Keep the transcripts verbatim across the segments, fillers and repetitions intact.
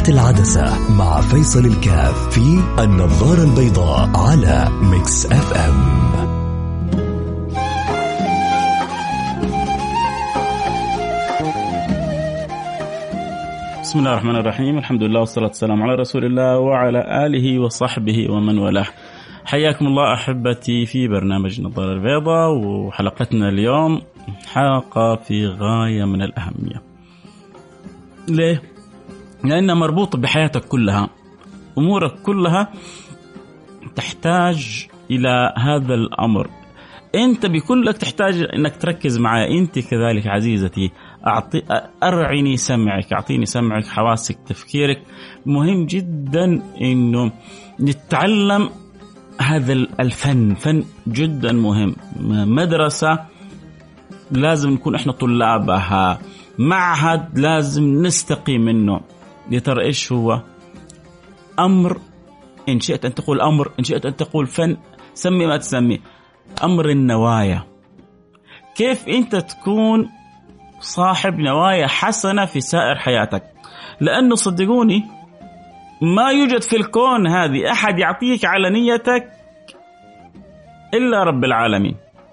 تحت العدسة مع فيصل الكاف في النظارة البيضاء على ميكس اف ام. بسم الله الرحمن الرحيم. الحمد لله والصلاة والسلام على رسول الله وعلى آله وصحبه ومن والاه. حياكم الله أحبتي في برنامج النظارة البيضاء، وحلقتنا اليوم حلقة في غاية من الأهمية. ليه؟ لأنها مربوطة بحياتك كلها، أمورك كلها تحتاج إلى هذا الأمر. أنت بكلك تحتاج أنك تركز معي، أنت كذلك عزيزتي. أعطي أرعني سمعك، أعطيني سمعك، حواسك، تفكيرك. مهم جدا أنه نتعلم هذا الفن، فن جدا مهم. مدرسة لازم نكون إحنا طلابها، معهد لازم نستقي منه. يا ترى إيش هو؟ أمر، إن شئت أن تقول أمر، إن شئت أن تقول فن، سمي ما تسمي. أمر النوايا. كيف أنت تكون صاحب نوايا حسنة في سائر حياتك؟ لأنه صدقوني ما يوجد في الكون هذه أحد يعطيك على نيتك إلا رب العالمين.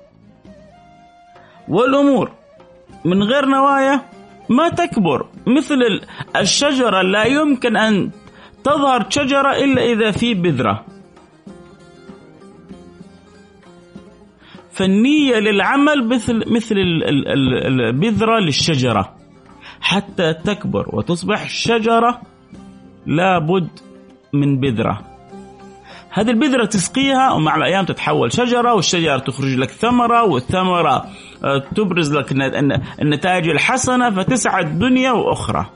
والأمور من غير نوايا ما تكبر. مثل الشجرة لا يمكن أن تظهر شجرة إلا إذا في بذرة. فالنية للعمل مثل مثل البذرة للشجرة، حتى تكبر وتصبح شجرة لابد من بذرة. هذه البذرة تسقيها ومع الأيام تتحول شجرة، والشجرة تخرج لك ثمرة، والثمرة تبرز لك النتائج الحسنة، فتسعد دنيا وأخرى.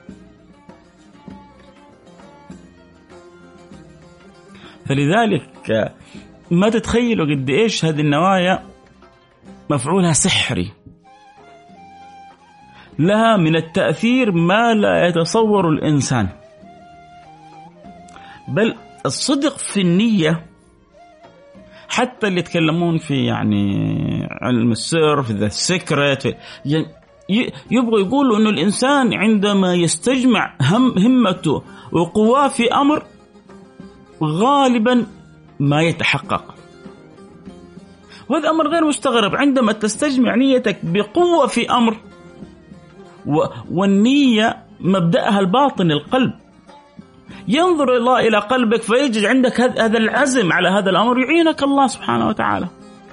فلذلك ما تتخيلوا قد إيش هذه النوايا مفعولها سحري، لها من التأثير ما لا يتصور الإنسان. بل الصدق في النية، حتى اللي يتكلمون في يعني علم السر، في ذا سيكريت، يبغوا يقولوا إنه الإنسان عندما يستجمع هم همته وقواه في أمر غالبا ما يتحقق. وهذا أمر غير مستغرب. عندما تستجمع نيتك بقوة في أمر، والنية مبدأها الباطن، القلب، ينظر الله إلى قلبك فيجد عندك هذا العزم على هذا الأمر، يعينك الله سبحانه وتعالى،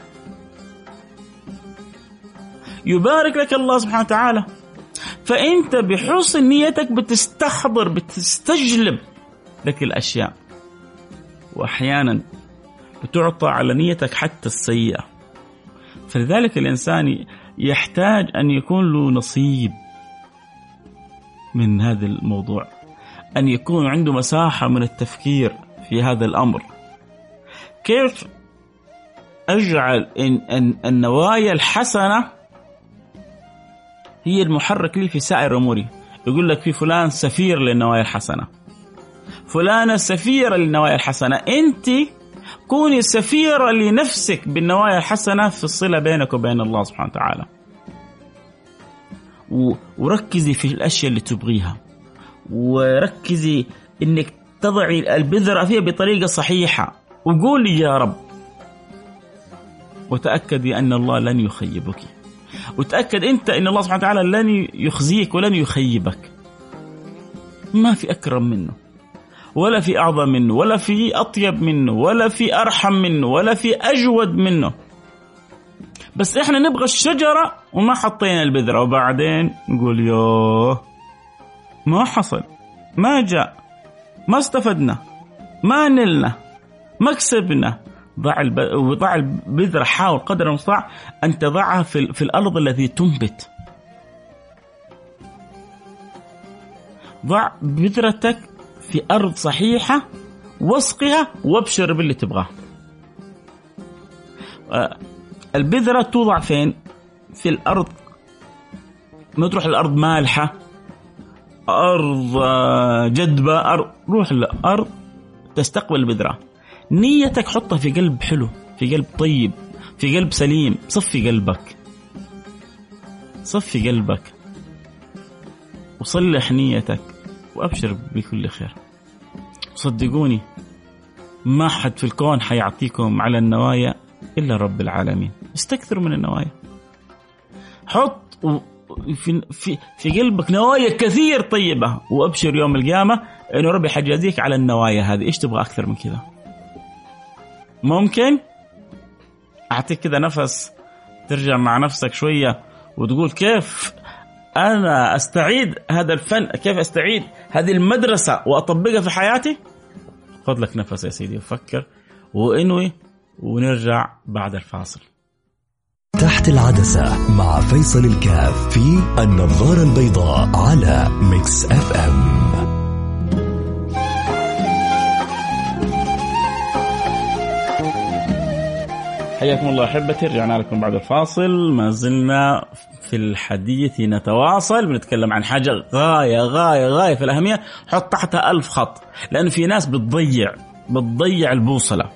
يبارك لك الله سبحانه وتعالى. فأنت بحسن نيتك بتستحضر، بتستجلب لك الأشياء، وأحيانا بتعطى على نيتك حتى السيئة. فلذلك الإنسان يحتاج أن يكون له نصيب من هذا الموضوع، أن يكون عنده مساحة من التفكير في هذا الأمر. كيف أجعل إن أن النوايا الحسنة هي المحرك لي في سائر أموري؟ يقول لك في فلان سفير للنوايا الحسنة، فلانة سفيرة للنوايا الحسنة. أنت كوني سفيرة لنفسك بالنوايا الحسنة في الصلة بينك وبين الله سبحانه وتعالى، وركزي في الأشياء اللي تبغيها، وركزي إنك تضعي البذرة فيها بطريقة صحيحة، وقولي يا رب، وتأكدي أن الله لن يخيبك، وتأكد أنت أن الله سبحانه وتعالى لن يخزيك ولن يخيبك. ما في أكرم منه، ولا في أعظم منه، ولا في أطيب منه، ولا في أرحم منه، ولا في أجود منه. بس إحنا نبغى الشجرة وما حطينا البذرة، وبعدين نقول يوه ما حصل، ما جاء، ما استفدنا، ما نلنا، ما كسبنا. ضع الب... وضع البذرة، حاول قدر المستطاع أن تضعها في, في الأرض التي تنبت. ضع بذرتك في أرض صحيحة، واسقها وابشر باللي تبغاه. البذرة توضع فين؟ في الأرض. ما تروح الأرض مالحة، أرض جدبة، أرض، روح الأرض تستقبل البذرة. نيتك حطها في قلب حلو، في قلب طيب، في قلب سليم. صفي قلبك، صفي قلبك وصلح نيتك وأبشر بكل خير. صدقوني ما حد في الكون حيعطيكم على النوايا إلا رب العالمين. استكثروا من النوايا، حط في, في, في قلبك نوايا كثير طيبة، وأبشر يوم القيامة إنه ربي حيجازيك على النوايا هذه. إيش تبغى أكثر من كذا؟ ممكن أعطيك كذا نفس ترجع مع نفسك شوية وتقول كيف أنا أستعيد هذا الفن، كيف أستعيد هذه المدرسة وأطبقها في حياتي؟ خذ لك نفس يا سيدي وفكر وانوي، ونرجع بعد الفاصل. تحت العدسة مع فيصل الكاف في النظارة البيضاء على ميكس اف ام. حياكم الله أحبتي، رجعنا لكم بعد الفاصل. ما زلنا في الحديث نتواصل، بنتكلم عن حاجة غاية غاية غاية في الأهمية، حط تحتها ألف خط، لأن في ناس بتضيع بتضيع البوصلة.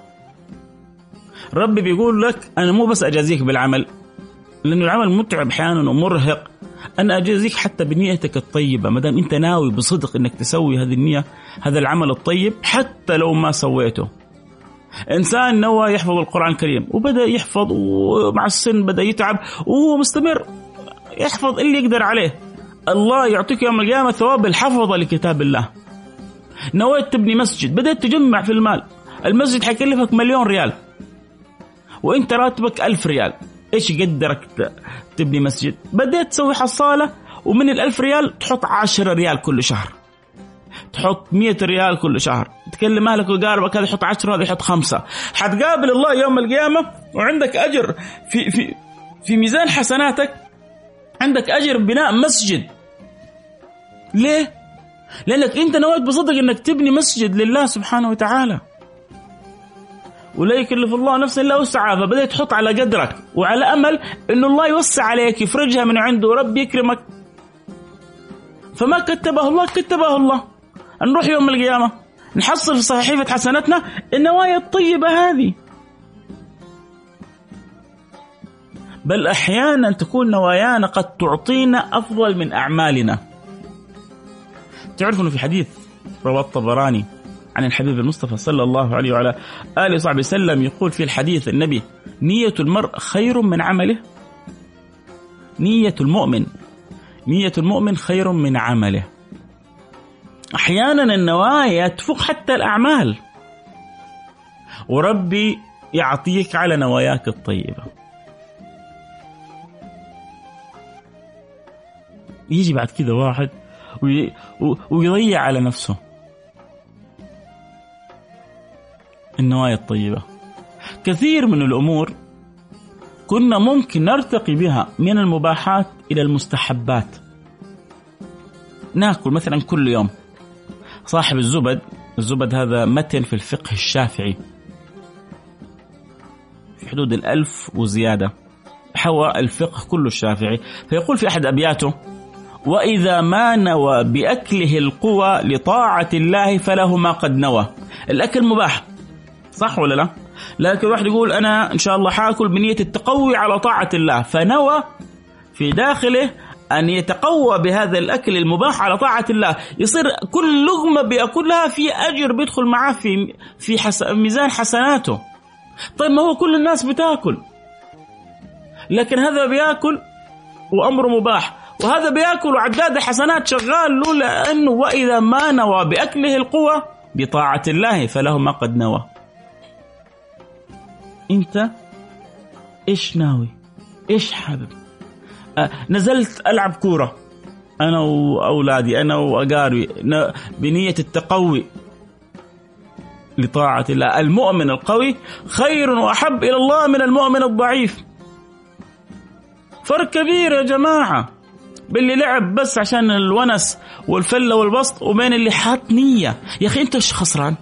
ربي بيقول لك أنا مو بس أجازيك بالعمل، لأنه العمل متعب أحيانا ومرهق، أنا أجازيك حتى بنيتك الطيبة. مدام أنت ناوي بصدق أنك تسوي هذه النية، هذا العمل الطيب، حتى لو ما سويته. إنسان نوى يحفظ القرآن الكريم وبدأ يحفظ، ومع السن بدأ يتعب وهو مستمر يحفظ اللي يقدر عليه، الله يعطيك يوم القيامة ثواب الحفظة لكتاب الله. نويت تبني مسجد، بدأت تجمع في المال، المسجد حيكلفك مليون ريال وإنت راتبك ألف ريال، إيش يقدرك تبني مسجد؟ بدأت تسوي حصالة، ومن الألف ريال تحط عشرة ريال كل شهر، تحط مية ريال كل شهر، تكلم أهلك وقاربك هذا يحط عشرة هذا يحط خمسة، حتقابل الله يوم القيامة وعندك أجر في في في ميزان حسناتك، عندك أجر بناء مسجد. ليه؟ لأنك أنت نويت بصدق أنك تبني مسجد لله سبحانه وتعالى، ولا يكلف الله نفسا إلا وسعها، فبدأت تحط على قدرك وعلى أمل أنه الله يوسع عليك، يفرجها من عنده، ورب يكرمك. فما كتبه الله كتبه الله. نروح يوم القيامة نحصل في صحيفة حسناتنا النوايا الطيبة هذه. بل أحيانا تكون نوايانا قد تعطينا أفضل من أعمالنا. تعرفوا أنه في حديث رواه الطبراني عن الحبيب المصطفى صلى الله عليه وعلى آله وصحبه وسلم، يقول في الحديث النبي: نية المرء خير من عمله. نية المؤمن نية المؤمن خير من عمله. أحيانا النوايا تفوق حتى الأعمال، وربي يعطيك على نواياك الطيبة. يجي بعد كذا واحد وي... ويضيع على نفسه النوايا الطيبة. كثير من الأمور كنا ممكن نرتقي بها من المباحات إلى المستحبات. ناكل مثلا كل يوم. صاحب الزبد، الزبد هذا متن في الفقه الشافعي في حدود الألف وزيادة، حوى الفقه كله الشافعي. فيقول في أحد أبياته: وإذا ما نوى بأكله القوى لطاعة الله فله ما قد نوى. الأكل مباح صح ولا لا؟ لكن واحد يقول أنا إن شاء الله حاكل بنية التقوي على طاعة الله، فنوى في داخله أن يتقوى بهذا الأكل المباح على طاعة الله، يصير كل لقمة بيأكلها في أجر بيدخل معاه في في حس... ميزان حسناته. طيب ما هو كل الناس بتاكل، لكن هذا بيأكل وأمره مباح، وهذا بيأكل وعداد حسنات شغال له، لأنه وإذا ما نوى بأكله القوة بطاعة الله فله ما قد نوى. أنت إيش ناوي؟ إيش حابب؟ أه نزلت ألعب كورة أنا وأولادي أنا وأقاربي بنية التقوي لطاعة الله. المؤمن القوي خير وأحب إلى الله من المؤمن الضعيف. فرق كبير يا جماعة باللي لعب بس عشان الونس والفلة والبسط، وبين اللي حاط نية. يا أخي أنت إيش خسران؟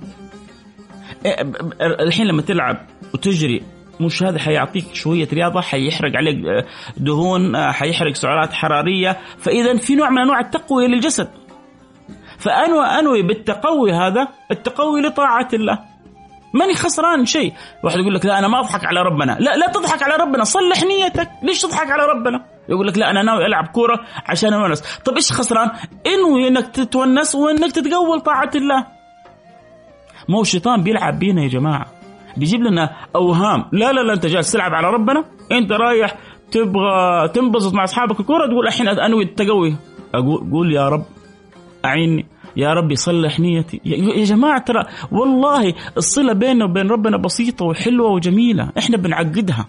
الحين لما تلعب وتجري، مش هذا حيعطيك شوية رياضة، حيحرق عليك دهون، حيحرق سعرات حرارية، فإذا في نوع من أنواع التقوية للجسد. فأنوى أنوي بالتقوي هذا التقوي لطاعة الله، ماني خسران شيء. واحد يقول لك لا أنا ما أضحك على ربنا. لا لا تضحك على ربنا، صلح نيتك. ليش تضحك على ربنا؟ يقول لك لا أنا ناوي ألعب كورة عشان أونس. طب إيش خسران؟ إنه إنك تتونس وإنك تتقول طاعة الله. مو الشيطان بيلعب بينا يا جماعة، بيجيب لنا أوهام. لا لا لا أنت جالس تلعب على ربنا، أنت رايح تبغى تنبسط مع أصحابك الكورة، تقول الحين أنوي التقوي. أقول قول يا رب أعيني، يا رب يصلح نيتي. يا جماعة ترى والله الصلة بيننا وبين ربنا بسيطة وحلوة وجميلة، إحنا بنعقدها.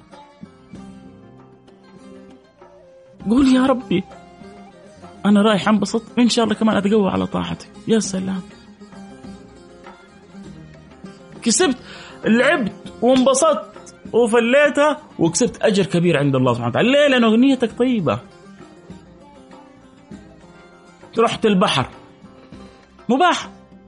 قول يا ربي أنا رايح أنبسط، إن شاء الله كمان أتقوى على طاعتك. يا سلام، كسبت، لعبت وانبسطت وفليتها وكسبت أجر كبير عند الله سبحانه وتعالى. ليه؟ لأنه نيتك طيبة. رحت البحر مباح،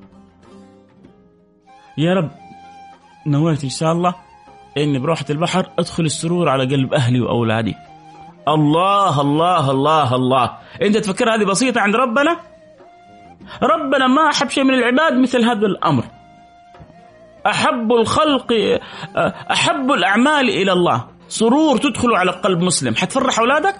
يا رب نويت إن شاء الله إني بروحة البحر أدخل السرور على قلب أهلي وأولادي. الله الله الله الله. أنت تفكر هذه بسيطة عند ربنا؟ ربنا ما أحب شيء من العباد مثل هذا الأمر. أحب الخلق، أحب الأعمال إلى الله سرور تدخل على قلب مسلم. حتفرح أولادك؟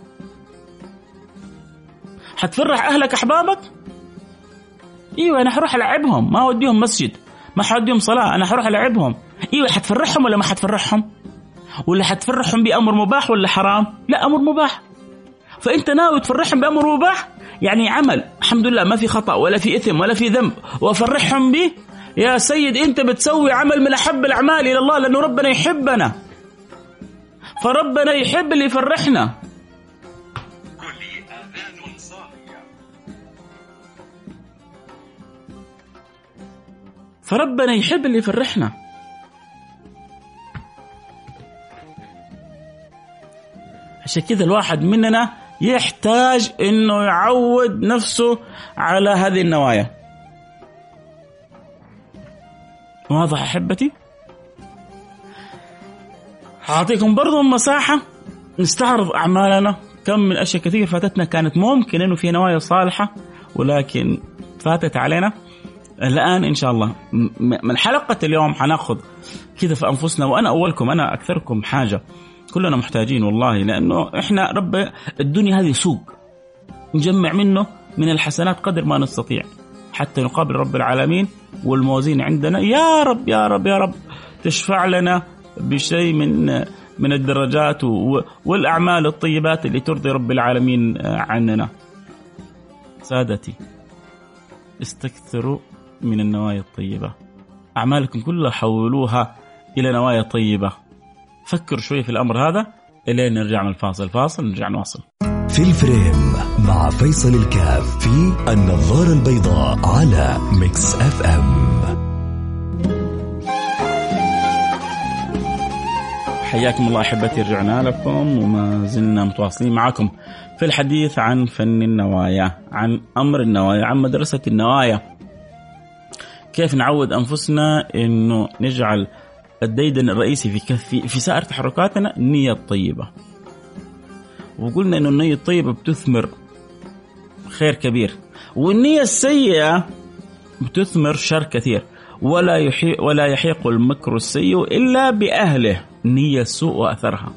حتفرح أهلك أحبابك؟ إيوه أنا حروح ألعبهم، ما أوديهم مسجد، ما حوديهم صلاة، أنا حروح ألعبهم. إيوه حتفرحهم ولا ما حتفرحهم؟ ولا حتفرحهم بأمر مباح ولا حرام؟ لا أمر مباح. فأنت ناوي تفرحهم بأمر مباح، يعني عمل الحمد لله ما في خطأ ولا في إثم ولا في ذنب، وأفرحهم به. يا سيد أنت بتسوي عمل من أحب الأعمال إلى الله، لأنه ربنا يحبنا، فربنا يحب اللي يفرحنا. فربنا يحب اللي يفرحنا. عشان كذا الواحد مننا يحتاج إنه يعود نفسه على هذه النوايا. واضح أحبتي؟ أعطيكم برضو مساحة نستعرض أعمالنا. كم من أشياء كثير فاتتنا كانت ممكن إنه في نوايا صالحة ولكن فاتت علينا. الآن إن شاء الله من حلقة اليوم حناخذ كذا في أنفسنا، وأنا أولكم أنا أكثركم حاجة، كلنا محتاجين والله، لأنه إحنا رب الدنيا هذه سوق نجمع منه من الحسنات قدر ما نستطيع حتى نقابل رب العالمين، والموازين عندنا يا رب يا رب يا رب تشفع لنا بشيء من من الدرجات والأعمال الطيبات اللي ترضي رب العالمين عننا. سادتي استكثروا من النوايا الطيبة، أعمالكم كلها حولوها إلى نوايا طيبة. فكر شوي في الأمر هذا إلى نرجع من الفاصل. فاصل نرجع نواصل. في الفريم مع فيصل الكاف في النظارة البيضاء على ميكس اف ام. حياكم الله أحبتي، رجعنا لكم وما زلنا متواصلين معكم في الحديث عن فن النوايا، عن أمر النوايا، عن مدرسة النوايا. كيف نعود أنفسنا إنه نجعل الديدن الرئيسي في في, في سائر تحركاتنا النية الطيبة. وقلنا إنه النية الطيبة بتثمر خير كبير، والنية السيئة بتثمر شر كثير. ولا يحيق ولا يحيق المكر السيء إلا بأهله. نية السوء وأثرها.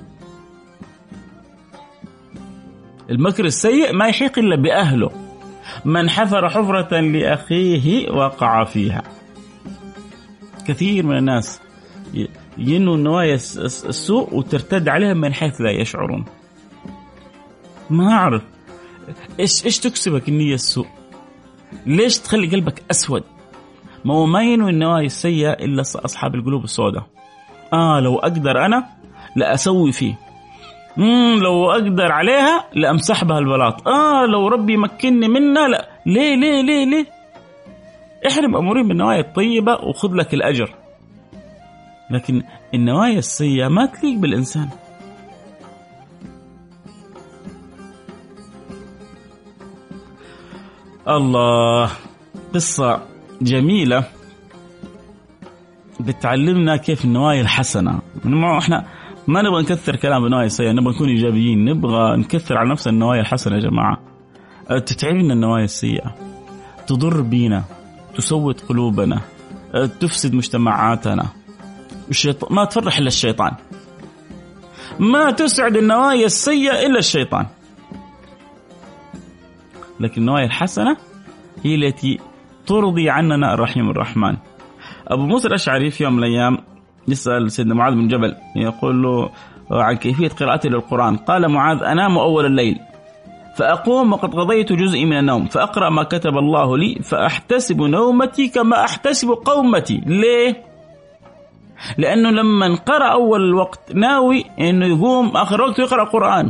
المكر السيء ما يحيق إلا بأهله. من حفر حفرة لأخيه وقع فيها. كثير من الناس ينوا نوايا السوء وترتد عليهم من حيث لا يشعرون. ما أعرف إيش إيش تكسبك النية السوء؟ ليش تخلي قلبك أسود؟ ما هو ما ينوي النوايا السيئة إلا أصحاب القلوب السوداء. آه لو أقدر أنا لأسوي فيه، مم لو أقدر عليها لأمسح بها البلاط، آه لو ربي مكنني منها لا. ليه ليه ليه ليه؟ إحنا مأمورين بالنوايا الطيبة وخذ لك الأجر، لكن النوايا السيئة ما تليق بالإنسان. الله، قصة جميلة بتعلمنا كيف النوايا الحسنة. احنا ما نبغى نكثر كلام النوايا السيئة، نبغى نكون إيجابيين، نبغى نكثر على نفسنا النوايا الحسنة. يا جماعة تتعبنا النوايا السيئة، تضر بينا، تسوت قلوبنا، تفسد مجتمعاتنا. الشيطان ما تفرح إلا الشيطان. ما تسعد النوايا السيئة إلا الشيطان، لكن النوايا الحسنة هي التي ترضي عننا الرحيم الرحمن. أبو موسى الأشعري في يوم من الأيام يسأل سيدنا معاذ بن جبل يقول له عن كيفية قراءته للقرآن. قال معاذ: أنام أول الليل فأقوم وقد قضيت جزئي من النوم فأقرأ ما كتب الله لي فأحتسب نومتي كما أحتسب قومتي. ليه؟ لأنه لما قرأ أول الوقت ناوي أنه يقوم آخر وقت يقرأ قرآن،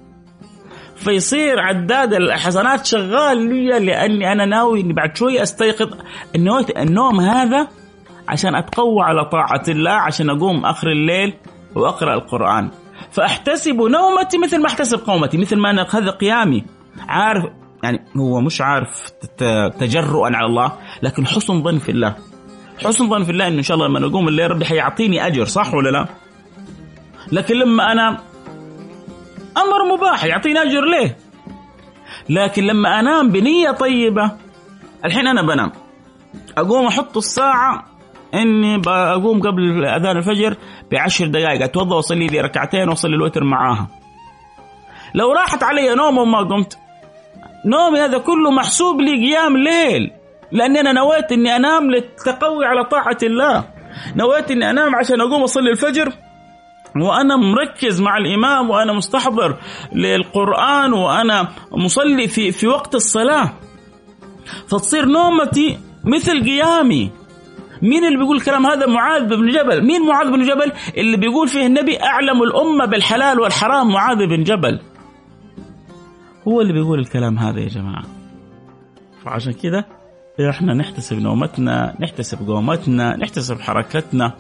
فيصير عداد الحسنات شغال لي، لأني أنا ناوي أني بعد شوي أستيقظ. النوم هذا عشان أتقوى على طاعة الله، عشان أقوم آخر الليل وأقرأ القرآن. فأحتسب نومتي مثل ما أحتسب قومتي، مثل ما أنا هذا قيامي. عارف يعني هو مش عارف تجرؤا على الله، لكن حسن ظن في الله. حسن ظن في الله إنه إن شاء الله لما نقوم الليل ربي حيعطيني أجر، صح ولا لا؟ لكن لما أنا أمر مباح يعطيني أجر ليه؟ لكن لما أنام بنية طيبة، الحين أنا بنام أقوم أحط الساعة إني بقوم قبل أذان الفجر بعشر دقائق أتوضأ وأصلي لي ركعتين وأصلي الوتر معاها. لو راحت علي نوم وما قمت، نومي هذا كله محسوب لي قيام ليل، لأني أنا نويت إني أنام للتقوي على طاعة الله. نويت إني أنام عشان أقوم أصلي الفجر وأنا مركز مع الإمام وأنا مستحضر للقرآن وأنا مصلي في في وقت الصلاة، فتصير نومتي مثل قيامي. مين اللي بيقول الكلام هذا؟ معاذ بن جبل. مين معاذ بن جبل؟ اللي بيقول فيه النبي أعلم الأمة بالحلال والحرام معاذ بن جبل، هو اللي بيقول الكلام هذا يا جماعة. فعشان كده احنا نحتسب نومتنا، نحتسب قومتنا، نحتسب حركتنا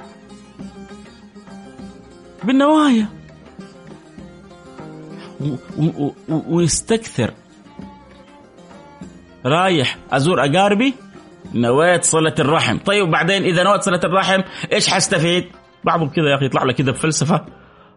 بالنوايا، ونستكثر. رايح أزور أقاربي، نويت صلة الرحم. طيب بعدين إذا نويت صلة الرحم إيش حستفيد؟ بعضهم كذا يا أخي يطلع لك كذا بفلسفة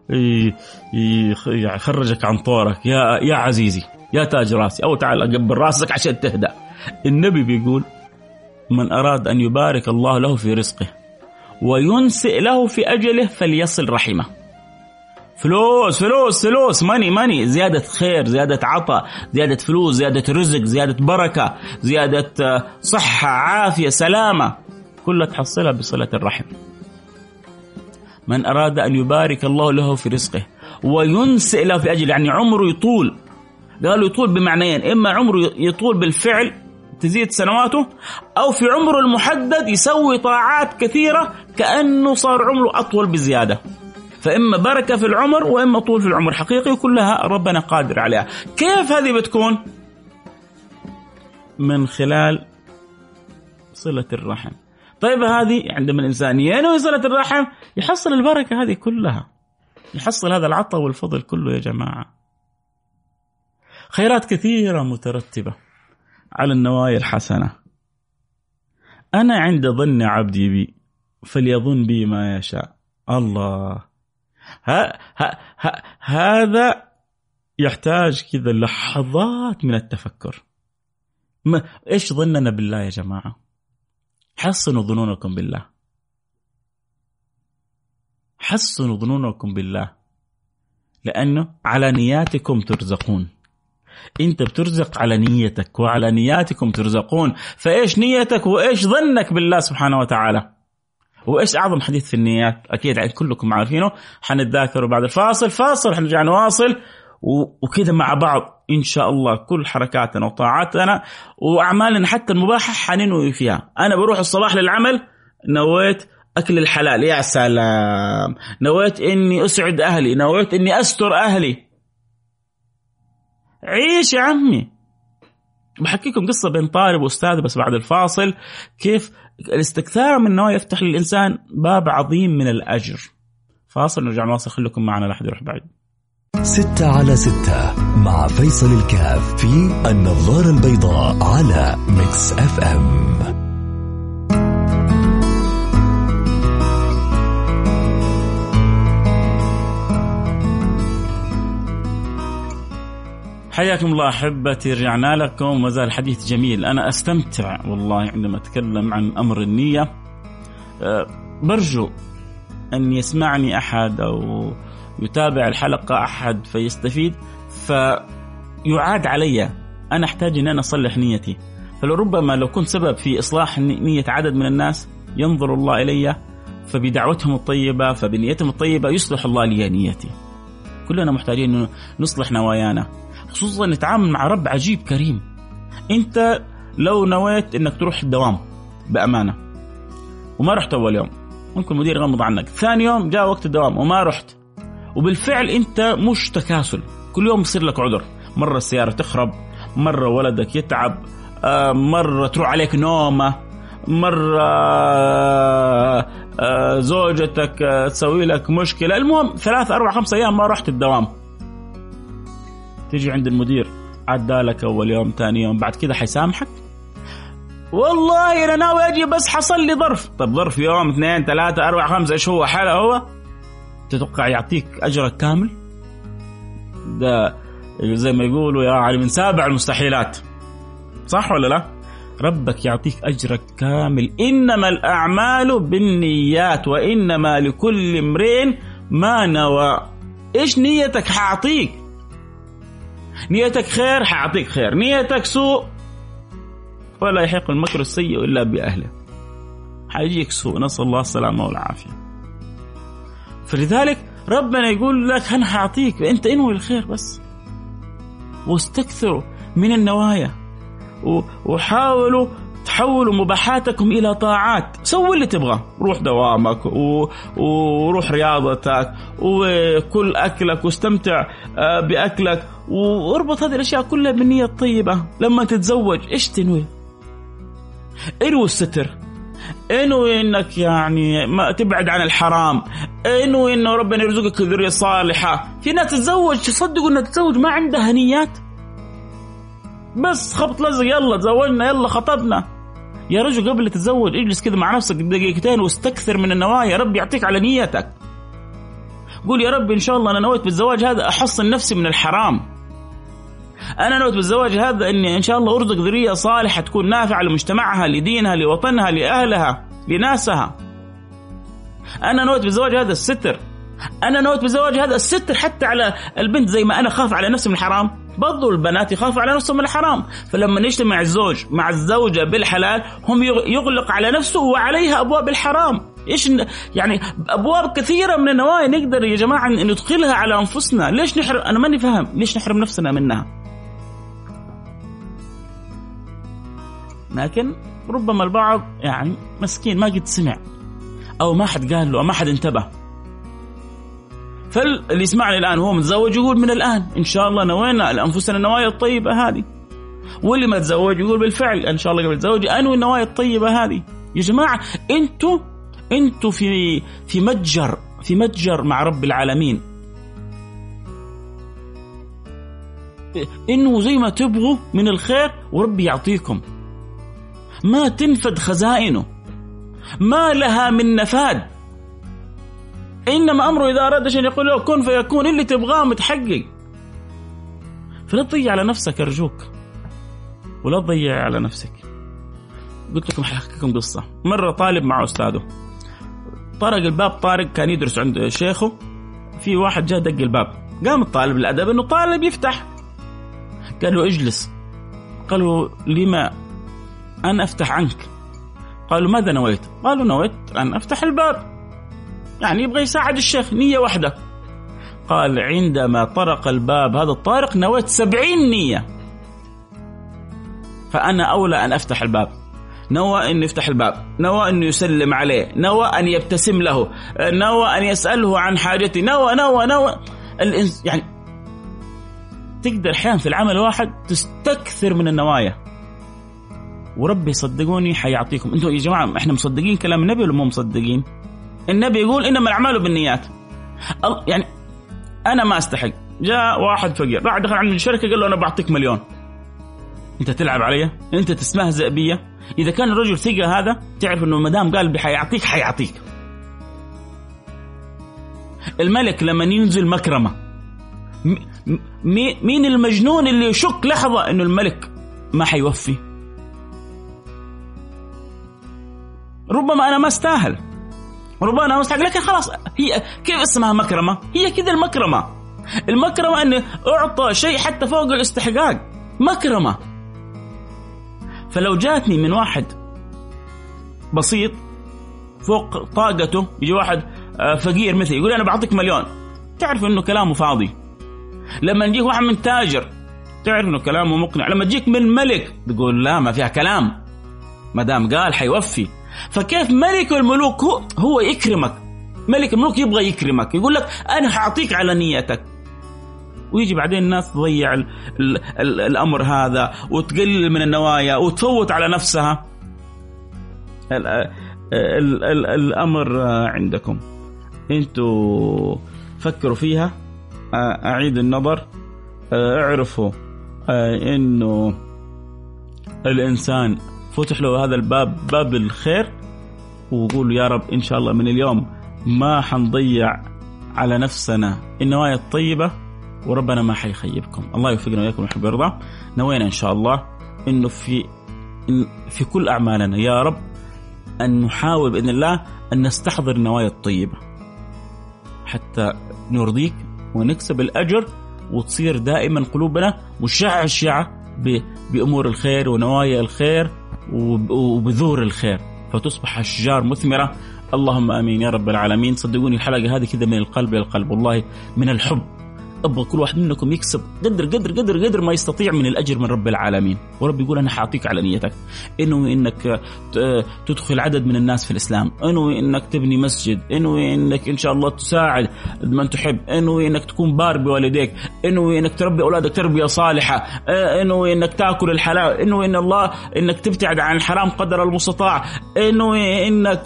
يخرجك عن طورك. يا يا عزيزي يا تاج راسي، أو تعال أقبل راسك عشان تهدأ. النبي بيقول: من أراد أن يبارك الله له في رزقه وينسئ له في أجله فليصل رحمه. فلوس فلوس فلوس، ماني ماني، زيادة خير، زيادة عطاء، زيادة فلوس، زيادة رزق، زيادة بركة، زيادة صحة، عافية، سلامة، كلها تحصلها بصلة الرحم. من أراد أن يبارك الله له في رزقه وينسئ له في أجله، يعني عمره يطول. قالوا يطول بمعنيين: إما عمره يطول بالفعل تزيد سنواته، أو في عمره المحدد يسوي طاعات كثيرة كأنه صار عمره أطول بزيادة. فإما بركة في العمر وإما طول في العمر حقيقي، وكلها ربنا قادر عليها. كيف هذه بتكون؟ من خلال صلة الرحم. طيب هذه عندما الإنسان ينوي صلة الرحم يحصل البركة هذه كلها، يحصل هذا العطاء والفضل كله يا جماعة. خيرات كثيرة مترتبة على النوايا الحسنة. أنا عند ظن عبدي بي فليظن بي ما يشاء. الله، ها ها ها هذا يحتاج كذا لحظات من التفكر. ما إيش ظننا بالله يا جماعة؟ حسنوا ظنونكم بالله، حسنوا ظنونكم بالله، لأنه على نياتكم ترزقون. أنت بترزق على نيتك، وعلى نياتكم ترزقون. فإيش نيتك وإيش ظنك بالله سبحانه وتعالى؟ وإيش أعظم حديث في النيات؟ أكيد كلكم عارفينه، حنتذاكره بعد الفاصل. فاصل حنرجع نواصل وكذا مع بعض إن شاء الله. كل حركاتنا وطاعاتنا وأعمالنا حتى المباحة حننوي فيها. أنا بروح الصباح للعمل نويت أكل الحلال، يا سلام، نويت إني أسعد أهلي، نويت إني أستر أهلي. عيش يا عمي. بحكيكم قصة بين طالب وأستاذ بس بعد الفاصل، كيف الاستكثار من النوايا يفتح للإنسان باب عظيم من الأجر. فاصل نرجع نواصل، خليكم معنا لا أحد يروح بعيد. ستة على ستة مع فيصل الكاف في النظارة البيضاء على ميكس أف أم. حياكم الله أحبتي، رجعنا لكم وما زال الحديث جميل. أنا أستمتع والله عندما أتكلم عن أمر النية. برجو أن يسمعني أحد أو يتابع الحلقة أحد فيستفيد فيعاد علي، أنا أحتاج أن أنا أصلح نيتي. فلربما لو كنت سبب في إصلاح نية عدد من الناس ينظر الله إلي، فبدعوتهم الطيبة فبنيتهم الطيبة يصلح الله لي نيتي. كلنا محتاجين أن نصلح نوايانا، خصوصا نتعامل مع رب عجيب كريم. أنت لو نويت أنك تروح الدوام بأمانة وما رحت أول يوم، ممكن المدير يغمض عنك، ثاني يوم جاء وقت الدوام وما رحت، وبالفعل أنت مش تكاسل، كل يوم يصير لك عذر، مرة السيارة تخرب، مرة ولدك يتعب، مرة تروح عليك نومة، مرة زوجتك تسوي لك مشكلة، المهم ثلاث أربع خمس أيام ما رحت الدوام. تيجي عند المدير عدالك أول يوم ثاني يوم، بعد كده حيسامحك؟ والله أنا ناوي أجي بس حصل لي ظرف. طب ظرف يوم اثنين ثلاثة أربعة خمسة إيش هو حالة هو؟ تتوقع يعطيك أجرك كامل؟ ده زي ما يقولوا يا علي من سابع المستحيلات، صح ولا لا؟ ربك يعطيك أجرك كامل. إنما الأعمال بالنيات وإنما لكل امرئ ما نوى. إيش نيتك حأعطيك. نيتك خير حأعطيك خير، نيتك سوء ولا يحق المكر السيء إلا بأهله، حيجيك سوء، نسأل الله السلامة والعافية. فلذلك ربنا يقول لك أنا حأعطيك، أنت انوي الخير بس، واستكثروا من النوايا، وحاولوا تحولوا مباحاتكم إلى طاعات. سووا اللي تبغى، روح دوامك وروح رياضتك وكل أكلك واستمتع بأكلك، واربط هذه الأشياء كلها بالنية الطيبة. لما تتزوج إيش تنوي؟ انوي الستر، انوي انك يعني ما تبعد عن الحرام، انوي انه ربنا يرزقك ذرية صالحة. في ناس تتزوج تصدقوا انها تتزوج ما عندها نيات، بس خبط لزق يلا تزوجنا يلا خطبنا. يا رجل قبل تتزوج اجلس كذا مع نفسك دقيقتين واستكثر من النوايا، رب يعطيك على نيتك. قول يا رب ان شاء الله انا نويت بالزواج هذا احصن نفسي من الحرام، انا نويت بالزواج هذا اني ان شاء الله ارزق ذرية صالحة تكون نافعة لمجتمعها لدينها لوطنها لأهلها لناسها. انا نويت بالزواج هذا الستر، انا نويت بالزواج هذا الستر حتى على البنت، زي ما انا خاف على نفسي من الحرام برضو البنات يخافوا على نفسهم من الحرام. فلما يجتمع الزوج مع الزوجة بالحلال هم يغلق على نفسه وعليها أبواب الحرام. إيش يعني أبواب كثيرة من النوايا نقدر يا جماعة أن ندخلها على أنفسنا. ليش نحرم؟ أنا ماني فاهم ليش نحرم نفسنا منها. لكن ربما البعض يعني مسكين ما قد سمع أو ما حد قال له أو ما حد انتبه. فاللي يسمعني الآن هو متزوج يقول من الآن إن شاء الله نوينا لأنفسنا النوايا الطيبة هذه، واللي ما تزوج يقول بالفعل إن شاء الله قبل الزواج أنوي النوايا الطيبة هذه. يا جماعة أنتوا أنتوا في في متجر في متجر مع رب العالمين، إنه زي ما تبغوا من الخير وربي يعطيكم، ما تنفد خزائنه، ما لها من نفاد. إنما أمره إذا أراد شيئا يقول له كن فيكون، اللي تبغاه متحقق. فلا تضيع على نفسك أرجوك، ولا تضيع على نفسك. قلت لكم ححكيكم قصة. مرة طالب مع أستاذه، طرق الباب، طارق كان يدرس عند شيخه، في واحد جاء دق الباب، قام الطالب الأدب إنه طالب يفتح، قال له اجلس. قالوا لما؟ أنا أفتح عنك. قالوا ماذا نويت؟ قالوا نويت أن أفتح الباب، يعني يبغى يساعد الشيخ، نية واحدة. قال عندما طرق الباب هذا الطارق نويت سبعين نية، فأنا أولى أن أفتح الباب. نوى أن يفتح الباب، نوى أن يسلم عليه، نوى أن يبتسم له، نوى أن يسأله عن حاجته، نوى نوى نوى الإنس... يعني تقدر أحيانا في العمل الواحد تستكثر من النوايا، وربي صدقوني حيعطيكم. أنتوا يا جماعة إحنا مصدقين كلام النبي ولا مو مصدقين؟ النبي يقول إنما الأعمال بالنيات. يعني أنا ما أستحق، جاء واحد فقير راح دخل عند الشركة قال له أنا بعطيك مليون، أنت تلعب علي؟ أنت تستهزئ بي؟ إذا كان الرجل ثقة هذا تعرف إنه مدام قال بحيعطيك حيعطيك. الملك لما ينزل مكرمة، مين المجنون اللي يشك لحظة إنه الملك ما حيوفي؟ ربما أنا ما استاهل، ربما مستحق، لكن خلاص هي كيف اسمها مكرمة؟ هي كذا المكرمة. المكرمة أن أعطى شيء حتى فوق الاستحقاق، مكرمة. فلو جاتني من واحد بسيط فوق طاقته، يجي واحد فقير مثلي يقول أنا بعطيك مليون، تعرف أنه كلامه فاضي. لما يجيك واحد من تاجر تعرف أنه كلامه مقنع. لما تجيك من ملك تقول لا ما فيها كلام، ما دام قال حيوفي. فكيف ملك الملوك هو, هو يكرمك؟ ملك الملوك يبغى يكرمك، يقول لك أنا حأعطيك على نيتك، ويجي بعدين الناس تضيع ال ال ال الأمر هذا وتقلل من النوايا وتفوت على نفسها. ال ال ال الأمر عندكم، أنتوا فكروا فيها، أعيد النظر، اعرفوا إنه الإنسان فتح له هذا الباب، باب الخير، وقولوا يا رب إن شاء الله من اليوم ما حنضيع على نفسنا النوايا الطيبة، وربنا ما حيخيبكم. الله يوفقنا وياكم ويحب يرضى. نوينا إن شاء الله إنه في إن في كل أعمالنا يا رب أن نحاول بإذن الله أن نستحضر النوايا الطيبة حتى نرضيك ونكسب الأجر، وتصير دائما قلوبنا مشعشعة بأمور الخير ونوايا الخير وبذور الخير، فتصبح أشجار مثمرة. اللهم آمين يا رب العالمين. صدقوني الحلقة هذه كده من القلب إلى القلب، والله من الحب أبغى كل واحد منكم يكسب قدر قدر قدر قدر ما يستطيع من الأجر من رب العالمين. ورب يقول أنا حأعطيك على نيتك، إنه إنك تدخل عدد من الناس في الإسلام، إنه إنك تبني مسجد، إنه إنك إن شاء الله تساعد من تحب، إنه إنك تكون بار بوالديك، إنه إنك تربي أولادك تربية صالحة، إنه إنك تأكل الحلال، إنه إن الله إنك تبتعد عن الحرام قدر المستطاع، إنه إنك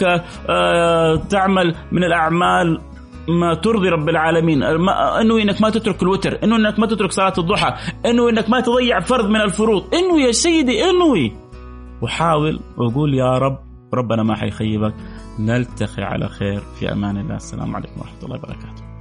تعمل من الأعمال ما ترضي رب العالمين، انه انك ما تترك الوتر، انه انك ما تترك صلاة الضحى، انه انك ما تضيع فرض من الفروض. انه يا سيدي انوي وحاول وقول يا رب، ربنا ما حيخيبك. نلتقي على خير في امان الله. السلام عليكم ورحمة الله وبركاته.